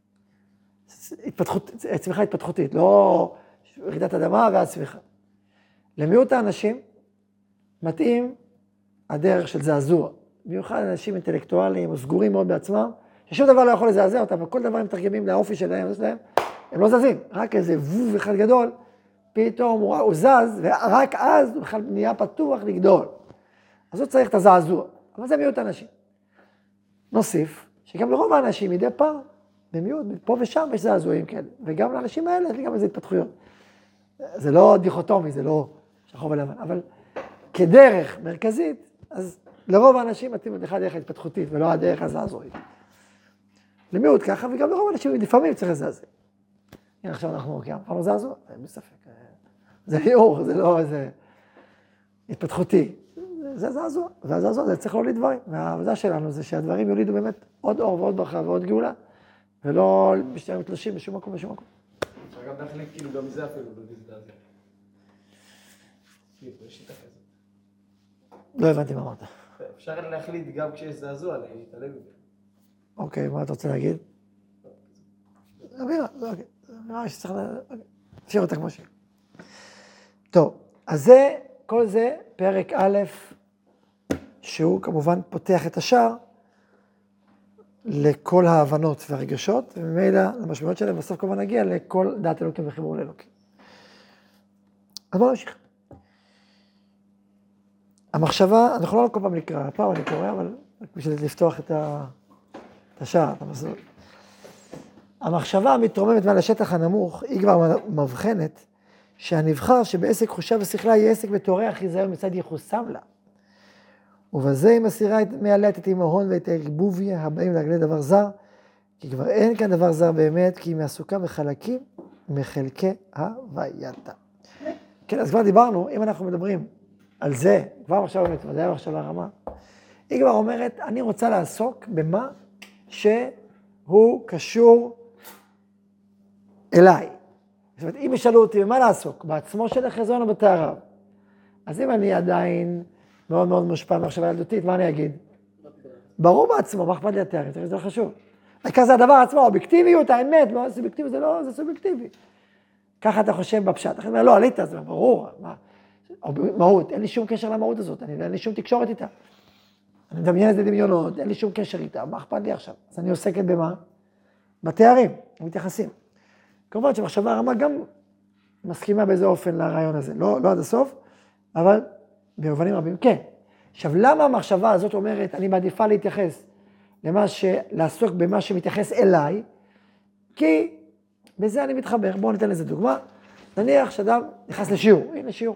צמיחה התפתחותית, לא רעידת אדמה ואז צמיחה. למיעוט האנשים מתאים הדרך של זעזוע. במיוחד אנשים אינטלקטואליים או סגורים מאוד בעצמם, ששום דבר לא יכול לזעזע אותם, וכל דבר הם מתרגמים לאופי שלהם, הם לא זזים, רק איזה ווב אחד גדול, פתאום הוא זז, ורק אז הוא בכלל נהיה פתוח לגדול. אז הוא צריך את הזעזוע, אבל זה מיעוט האנשים. נוסיף, שגם לרוב האנשים מדי פעם, במיעוט, פה ושם יש זעזועים כאלה, וגם לאנשים האלה יש גם איזה התפתחויות. זה לא דיכוטומי, זה לא שחור ולבן, אבל כדרך מרכזית, אז לרוב האנשים מתאים את הדרך ההתפתחותית, ולא הדרך הזעזועית. למיעוט ככה, וגם לרוב האנשים לפעמים צריך לזעזע. הנה עכשיו אנחנו פעם זעזוע, אין בספק. זה ליאור, זה לא איזה התפתחותי. זה זעזוע, והזעזוע זה צריך להוליד דברים. והעבודה שלנו זה שהדברים יולידו באמת עוד אור ועוד ברכה ועוד גאולה, ולא משתיים מתלושים בשום מקום ושום מקום. אפשר גם להחליט כאילו גם מזה אפילו, בלהזדעזע. כאילו, יש שיטה כזאת. לא הבנתי מה אמרת. אפשר להחליט גם כשיש זעזוע, להתעלם מזה. אוקיי, מה אתה רוצה להגיד? אבירה, אוקיי. נראה לי שצריך להשאיר אותה כמו שהיא. טוב, אז זה, כל זה פרק א', שהוא כמובן פותח את השער לכל ההבנות והרגשות, וממילא המשמעויות שלהם בסוף כמובן נגיע לכל דעת אלוקים וחיבור לאלוקים. אז בואו נמשיך. המחשבה, אנחנו לא כל פעם נקרא, הפעם אני קורא, אבל בשביל לפתוח את השער, את המסלול. המחשבה המתרוממת מעל השטח הנמוך, היא כבר מבחנת שהנבחר שבעסק חושה ושכלה יהיה עסק בתורי החיזיון מצד ייחוסם לה. ובזה היא מסירה מעליה את התימהון ואת הערבוביה הבאים להגלה דבר זר, כי כבר אין כאן דבר זר באמת, כי היא מעסוקה בחלקים מחלקי הווייתה. כן, אז כבר דיברנו, אם אנחנו מדברים על זה, כבר עכשיו באמת, ודאי עכשיו הרמה, היא כבר אומרת, אני רוצה לעסוק במה שהוא קשור אליי. זאת אומרת, אם ישאלו אותי במה לעסוק, בעצמו של החזון או בתאריו, אז אם אני עדיין מאוד מאוד מושפע מהמחשבה ילדותית, מה אני אגיד? ברור בעצמו, מה אכפת לי התארים, זה לא חשוב. העיקר זה הדבר עצמו, האובייקטיביות, האמת, לא סובייקטיבי, זה לא, זה סובייקטיבי. ככה אתה חושב בפשט, אתה אומר, לא, עלית, זה ברור, מהות, אין לי שום קשר למהות הזאת, אין לי שום תקשורת איתה. אני מדמיין את זה דמיונות, אין לי שום קשר איתה, מה אכפת לי עכשיו? אז אני עוסקת במה? בתארים, מתייחסים. כמובן שמחשבה הרמה גם מסכימה באיזה אופן לרעיון הזה, לא עד הסוף, אבל במובנים רבים כן. עכשיו, למה המחשבה הזאת אומרת, אני מעדיפה להתייחס לעסוק במה שמתייחס אליי, כי בזה אני מתחבר. בואו ניתן לזה דוגמה. נניח שאדם נכנס לשיעור, הנה שיעור.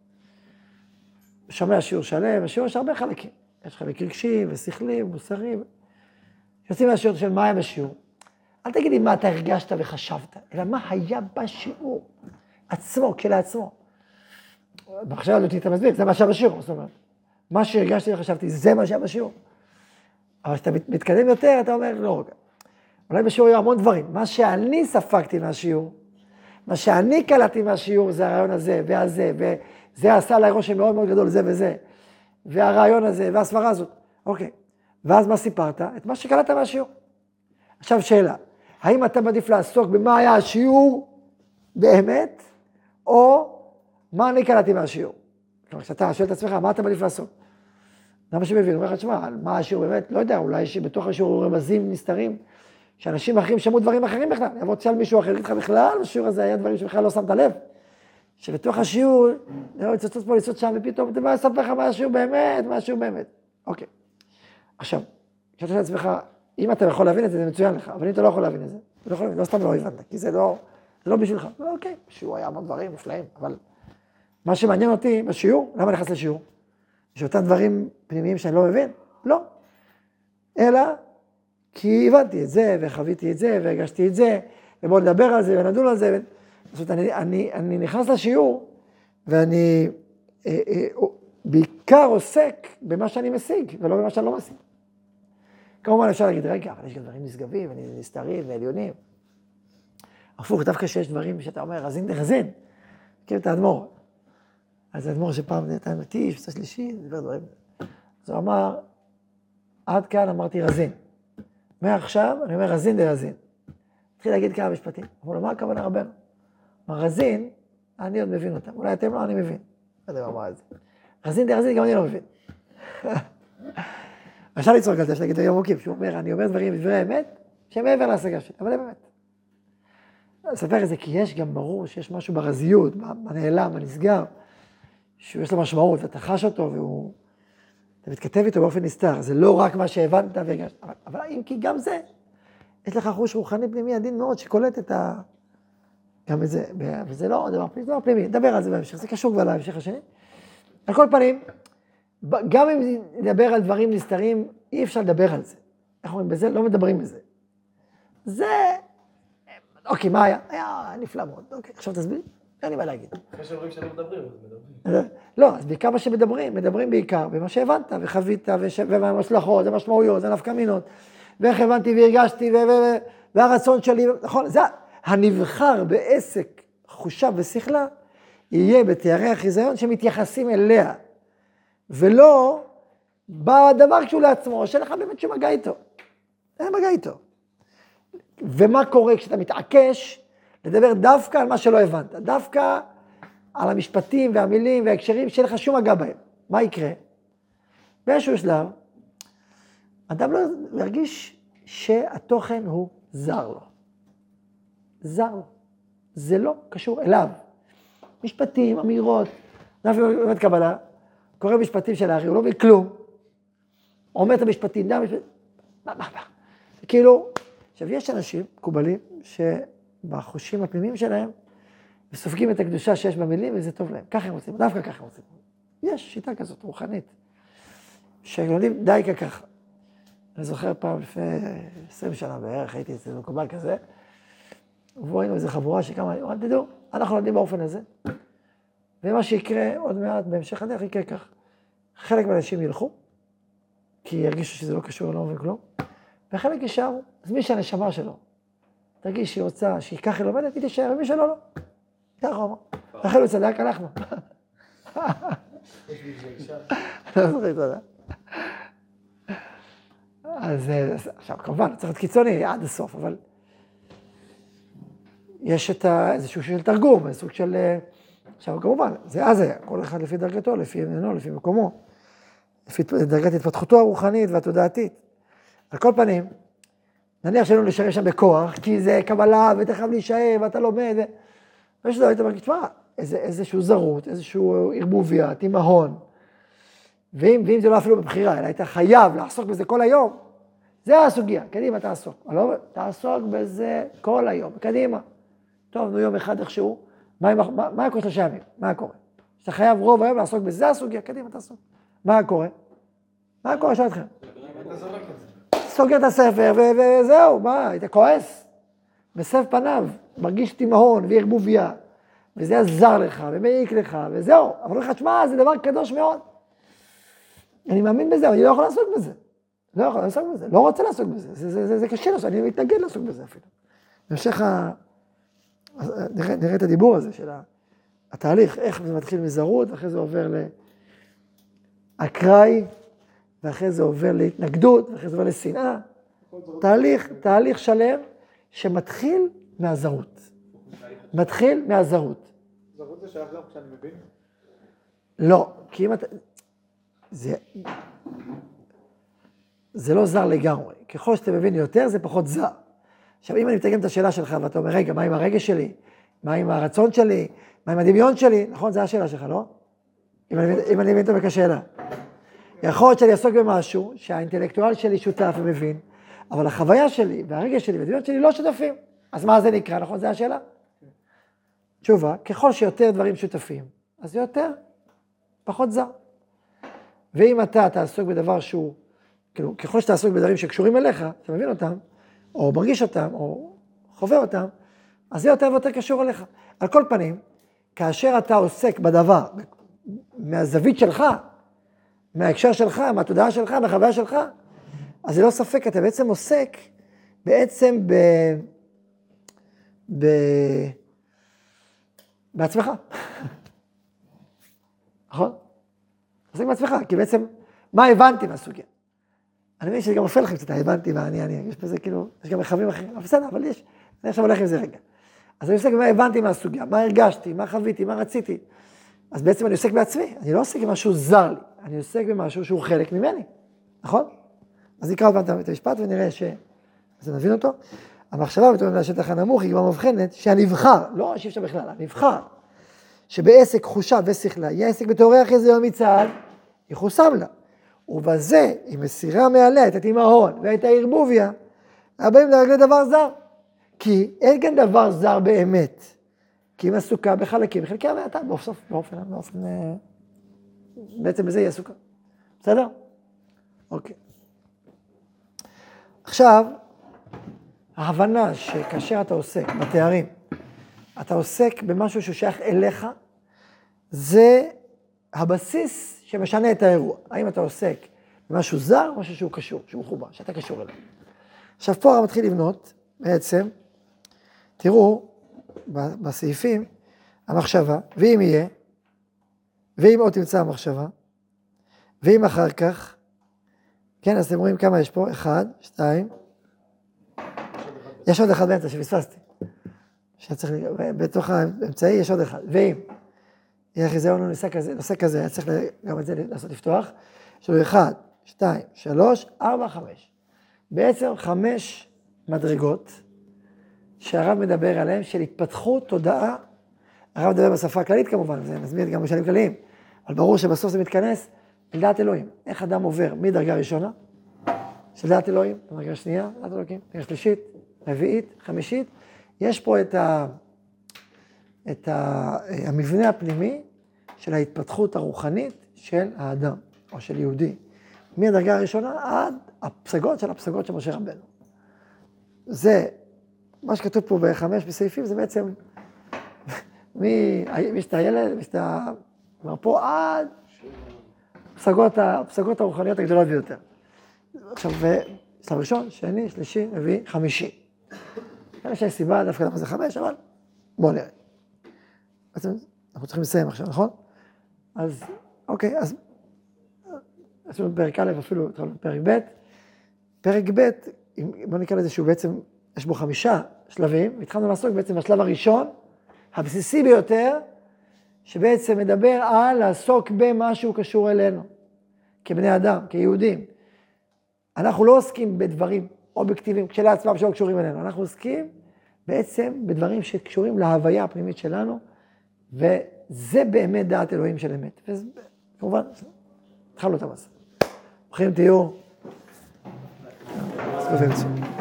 שומע שיעור שלם, בשיעור יש הרבה חלקים. יש חלק רגשי ושכלי ומוסרי. יוצאים מהשיעור של מה היה בשיעור. אל תגידי מה אתה הרגשת וחשבת, אלא מה היה בשיעור עצמו, כשלעצמו. במחשבה לא אתה מסביר, זה מה שהיה בשיעור, זאת אומרת. מה שהרגשתי וחשבתי, זה מה שהיה בשיעור. אבל כשאתה מתקדם יותר, אתה אומר, לא רגע. אולי בשיעור היו המון דברים. מה שאני ספגתי מהשיעור, מה שאני קלטתי מהשיעור, זה הרעיון הזה והזה, וזה עשה עליי רושם מאוד מאוד גדול, זה וזה, והרעיון הזה, והסברה הזאת. אוקיי. ואז מה סיפרת? את מה שקלטת מהשיעור. עכשיו שאלה, האם אתה מעדיף לעסוק במה היה השיעור באמת, או מה אני קלטתי מהשיעור? כלומר, כשאתה שואל את עצמך, מה אתה מעדיף לעסוק? למה שמבין? אומר לך, תשמע, מה השיעור באמת? לא יודע, אולי שבתוך השיעור רמזים נסתרים, שאנשים אחרים שמעו דברים אחרים בכלל. יבוא תשאל מישהו אחר, יגיד לך בכלל, בשיעור הזה היה דברים שבכלל לא שמת לב. שבתוך השיעור, לצוצות פה, לצוצות שם, ופתאום אתה בא לספר לך מה השיעור באמת, מה השיעור באמת. אוקיי. עכשיו, כשאתה שואל את עצמך, אם אתה יכול להבין את זה, זה מצוין לך, אבל אם אתה לא יכול להבין את זה, אתה לא יכול להבין, לא סתם לא הבנת, כי זה לא בשבילך. אוקיי, בשיעור היה המון דברים נפלאים, אבל מה שמעניין אותי בשיעור, למה נכנס לשיעור? יש אותם דברים פנימיים שאני לא מבין? לא. אלא, כי הבנתי את זה, וחוויתי את זה, והרגשתי את זה, ובואו נדבר על זה, ונדון על זה. זאת אומרת, אני נכנס לשיעור, ואני בעיקר עוסק במה שאני משיג, ולא במה שאני לא משיג. כמובן אפשר להגיד, רגע, אבל יש גם דברים נשגבים, נסתרים, ועליונים. הפוך, דווקא שיש דברים שאתה אומר, רזין דרזין, מכיר את האדמו"ר. אז האדמו"ר שפעם נתן אותי, שפצה שלישי, דבר דברים. אז הוא אמר, עד כאן אמרתי רזין. מעכשיו אני אומר רזין דרזין. התחיל להגיד כמה משפטים. אמרו לו, מה הכוונה רבנו? אמר, רזין, אני עוד מבין אותם. אולי אתם לא, אני מבין. לא יודע מה אמר את זה. רזין דרזין, גם אני לא מבין. אפשר לצעוק על זה, אפשר להגיד דברים עמוקים, שהוא אומר, אני אומר דברים בדברי האמת, שהם מעבר להשגה שלי, אבל באמת. אספר את זה, כי יש גם ברור שיש משהו ברזיות, בנעלם, בנסגר, שיש לו משמעות, ואתה חש אותו, אתה מתכתב איתו באופן נסתר, זה לא רק מה שהבנת והרגשת, אבל אם כי גם זה, יש לך חוש רוחני פנימי עדין מאוד, שקולט גם את זה, וזה לא דבר פנימי, נדבר על זה בהמשך, זה קשור כבר להמשך השני. על כל פנים, גם אם נדבר על דברים נסתרים, אי אפשר לדבר על זה. איך אומרים בזה? לא מדברים בזה. זה, אוקיי, מה היה? היה נפלא מאוד. אוקיי, עכשיו תסביר, אין לי מה להגיד. אחרי שאומרים שלא מדברים, אז מדברים. לא, אז בעיקר מה שמדברים, מדברים בעיקר במה שהבנת וחווית, ומה המשלחות, המשמעויות, הנפקא מינות, ואיך הבנתי והרגשתי, והרצון שלי, נכון, זה הנבחר בעסק, חושה ושכלה, יהיה בתארי החיזיון שמתייחסים אליה, ולא בדבר כשהוא לעצמו, שאין לך באמת שום מגע איתו. אין מגע איתו. ומה קורה כשאתה מתעקש לדבר דווקא על מה שלא הבנת, דווקא על המשפטים והמילים וההקשרים שאין לך שום מגע בהם. מה יקרה? באיזשהו שלב, אדם לא ירגיש שהתוכן הוא זר לו. זר לו. זה לא קשור אליו. משפטים, אמירות, נפי באמת קבלה, קורא משפטים של הארי, הוא לא מבין כלום, אומר את המשפטים, מה. כאילו, עכשיו יש אנשים, מקובלים, שבחושים הפנימיים שלהם, וסופגים את הקדושה שיש במילים, וזה טוב להם. ככה הם רוצים, דווקא ככה הם רוצים. יש שיטה כזאת, רוחנית, שגלולים די ככה. אני זוכר פעם לפני 20 שנה בערך, הייתי אצל מקובל כזה, ובואינו איזו חבורה שכמה, תדעו, אנחנו לומדים באופן הזה, ומה שיקרה עוד מעט בהמשך הדרך יקרה כך. חלק מהאנשים ילכו, כי ירגישו שזה לא קשור, לא מבין כלום, וחלק יישארו. אז מי שהנשמה שלו, תרגיש שהיא רוצה, שהיא ככה לומדת, היא תישאר, ומי שלא, לא. ככה הוא אמר. לכן הוא צדק, הלכנו. יש לי אישה. לא זוכר, תודה. אז עכשיו, כמובן, צריך להיות קיצוני עד הסוף, אבל יש איזשהו של תרגום, איזשהו של... עכשיו, כמובן, זה אז היה, כל אחד לפי דרגתו, לפי עניינו, לפי מקומו, לפי דרגת התפתחותו הרוחנית והתודעתית. על כל פנים, נניח שלא נשאר שם בכוח, כי זה קבלה, ואתה חייב להישאר, ואתה לומד, ויש דבר, היית אומר, תשמע, איזשהו זרות, איזשהו ערבוביה, תימהון, ואם זה לא אפילו בבחירה, אלא היית חייב לעסוק בזה כל היום, זה הסוגיה, קדימה תעסוק. תעסוק בזה כל היום, קדימה. טוב, נו יום אחד איכשהו, מה קורה 3 ימים? מה קורה? שאתה חייב רוב היום לעסוק בזה הסוגיה, קדימה תעסוק. מה קורה? מה קורה שאלה אתכם? אתה זורק את זה. סוגר את הספר וזהו, מה, היית כועס? בסף פניו, מרגיש תימהון וערבוביה, וזה עזר לך ומעיק לך, וזהו. אבל לך, תשמע, זה דבר קדוש מאוד. אני מאמין בזה, אבל אני לא יכול לעסוק בזה. לא יכול לעסוק בזה, לא רוצה לעסוק בזה, זה קשה לעסוק, אני מתנגד לעסוק בזה אפילו. בהמשך נראה את הדיבור הזה של התהליך, איך זה מתחיל מזרות, ואחרי זה עובר לאקראי, ואחרי זה עובר להתנגדות, ואחרי זה עובר לשנאה. תהליך שלם שמתחיל מהזרות. מתחיל מהזרות. זרות זה שייך גם כשאני מבין? לא, כי אם אתה... זה לא זר לגמרי. ככל שאתה מבין יותר, זה פחות זר. עכשיו, אם אני מתרגם את השאלה שלך, ואתה אומר, רגע, מה עם הרגש שלי? מה עם הרצון שלי? מה עם הדמיון שלי? נכון, זו השאלה שלך, לא? אם אני מבין את זה כשאלה. יכול להיות שאני אעסוק במשהו שהאינטלקטואל שלי שותף ומבין, אבל החוויה שלי והרגש שלי והדמיון שלי לא שותפים. אז מה זה נקרא, נכון? זו השאלה? תשובה, ככל שיותר דברים שותפים, אז יותר, פחות זר. ואם אתה תעסוק בדבר שהוא כאילו, ככל שאתה עסוק בדברים שקשורים אליך, אתה מבין אותם, או מרגיש אותם, או חווה אותם, אז זה יותר ויותר קשור אליך. על כל פנים, כאשר אתה עוסק בדבר, מהזווית שלך, מההקשר שלך, מהתודעה שלך, מהחוויה שלך, אז זה לא ספק, אתה בעצם עוסק, בעצם בעצמך. נכון? עוסק בעצמך, כי בעצם, מה הבנתי מהסוגיה? אני מבין שזה גם מופיע לכם קצת, הבנתי מה אני, יש בזה כאילו, יש גם מרחבים אחרים, אבל בסדר, אבל יש, אני עכשיו הולך עם זה רגע. אז אני עוסק במה הבנתי מהסוגיה, מה הרגשתי, מה חוויתי, מה רציתי. אז בעצם אני עוסק בעצמי, אני לא עוסק במשהו זר לי, אני עוסק במשהו שהוא חלק ממני, נכון? אז נקרא עוד פעם את המשפט ונראה אז נבין אותו. המחשבה בתור השטח הנמוך היא כבר מבחנת שהנבחר, לא שאי אפשר בכלל, הנבחר, שבעסק חושה ושכלה, יהיה עסק בתיאורי החיזיון מצד, יחוסם לה. ובזה היא מסירה מעליה את התימהון ואת הערבוביה, הבאים לרגלי דבר זר. כי אין כאן דבר זר באמת, כי היא עסוקה בחלקים, חלקי המעטה, באופן, בעצם בזה היא עסוקה. בסדר? אוקיי. עכשיו, ההבנה שכאשר אתה עוסק בתארים, אתה עוסק במשהו שהוא שייך אליך, זה הבסיס שמשנה את האירוע. האם אתה עוסק במשהו זר, או משהו שהוא קשור, שהוא חובה, שאתה קשור אליו. עכשיו פה הרב מתחיל לבנות, בעצם, תראו, בסעיפים, המחשבה, ואם יהיה, ואם עוד תמצא המחשבה, ואם אחר כך, כן, אז אתם רואים כמה יש פה, 1, 2, יש עוד אחד באמצע שפספסתי, שצריך, בתוך האמצעי יש עוד אחד, ואם, יחי זה לנו נושא כזה, היה צריך גם את זה לעשות לפתוח, יש לנו 1, 2, 3, 4, 5, בעצם 5 מדרגות, שהרב מדבר עליהם של התפתחות תודעה, הרב מדבר בשפה הכללית כמובן, זה נסביר גם בשאלים כלליים, אבל ברור שבסוף זה מתכנס אל דעת אלוהים. איך אדם עובר מדרגה ראשונה, של דעת אלוהים, דרגה שנייה, דעת אלוהים, דרגה שלישית, רביעית, חמישית, יש פה את המבנה הפנימי של ההתפתחות הרוחנית של האדם, או של יהודי, מהדרגה הראשונה עד הפסגות של הפסגות של משה רבנו. זה, מה שכתוב פה ב5 בסעיפים, זה בעצם משת הילד, כבר פה עד הפסגות הרוחניות הגדולות ביותר. עכשיו, שלב ראשון, שני, שלישי, רביעי, חמישי. יש סיבה דווקא למה זה 5, אבל בואו נראה. בעצם אנחנו צריכים לסיים עכשיו, נכון? אז, אוקיי, אז עשינו פרק א', אפילו התחלנו פרק ב'. פרק ב', בואו נקרא לזה שהוא בעצם, יש בו 5 שלבים, והתחלנו לעסוק בעצם בשלב הראשון, הבסיסי ביותר, שבעצם מדבר על לעסוק במשהו קשור אלינו, כבני אדם, כיהודים. אנחנו לא עוסקים בדברים אובייקטיביים כשלעצמם שלא קשורים אלינו, אנחנו עוסקים בעצם בדברים שקשורים להוויה הפנימית שלנו, וזה באמת דעת אלוהים של אמת. וכמובן, התחלנו את המסע. ברוכים תהיו.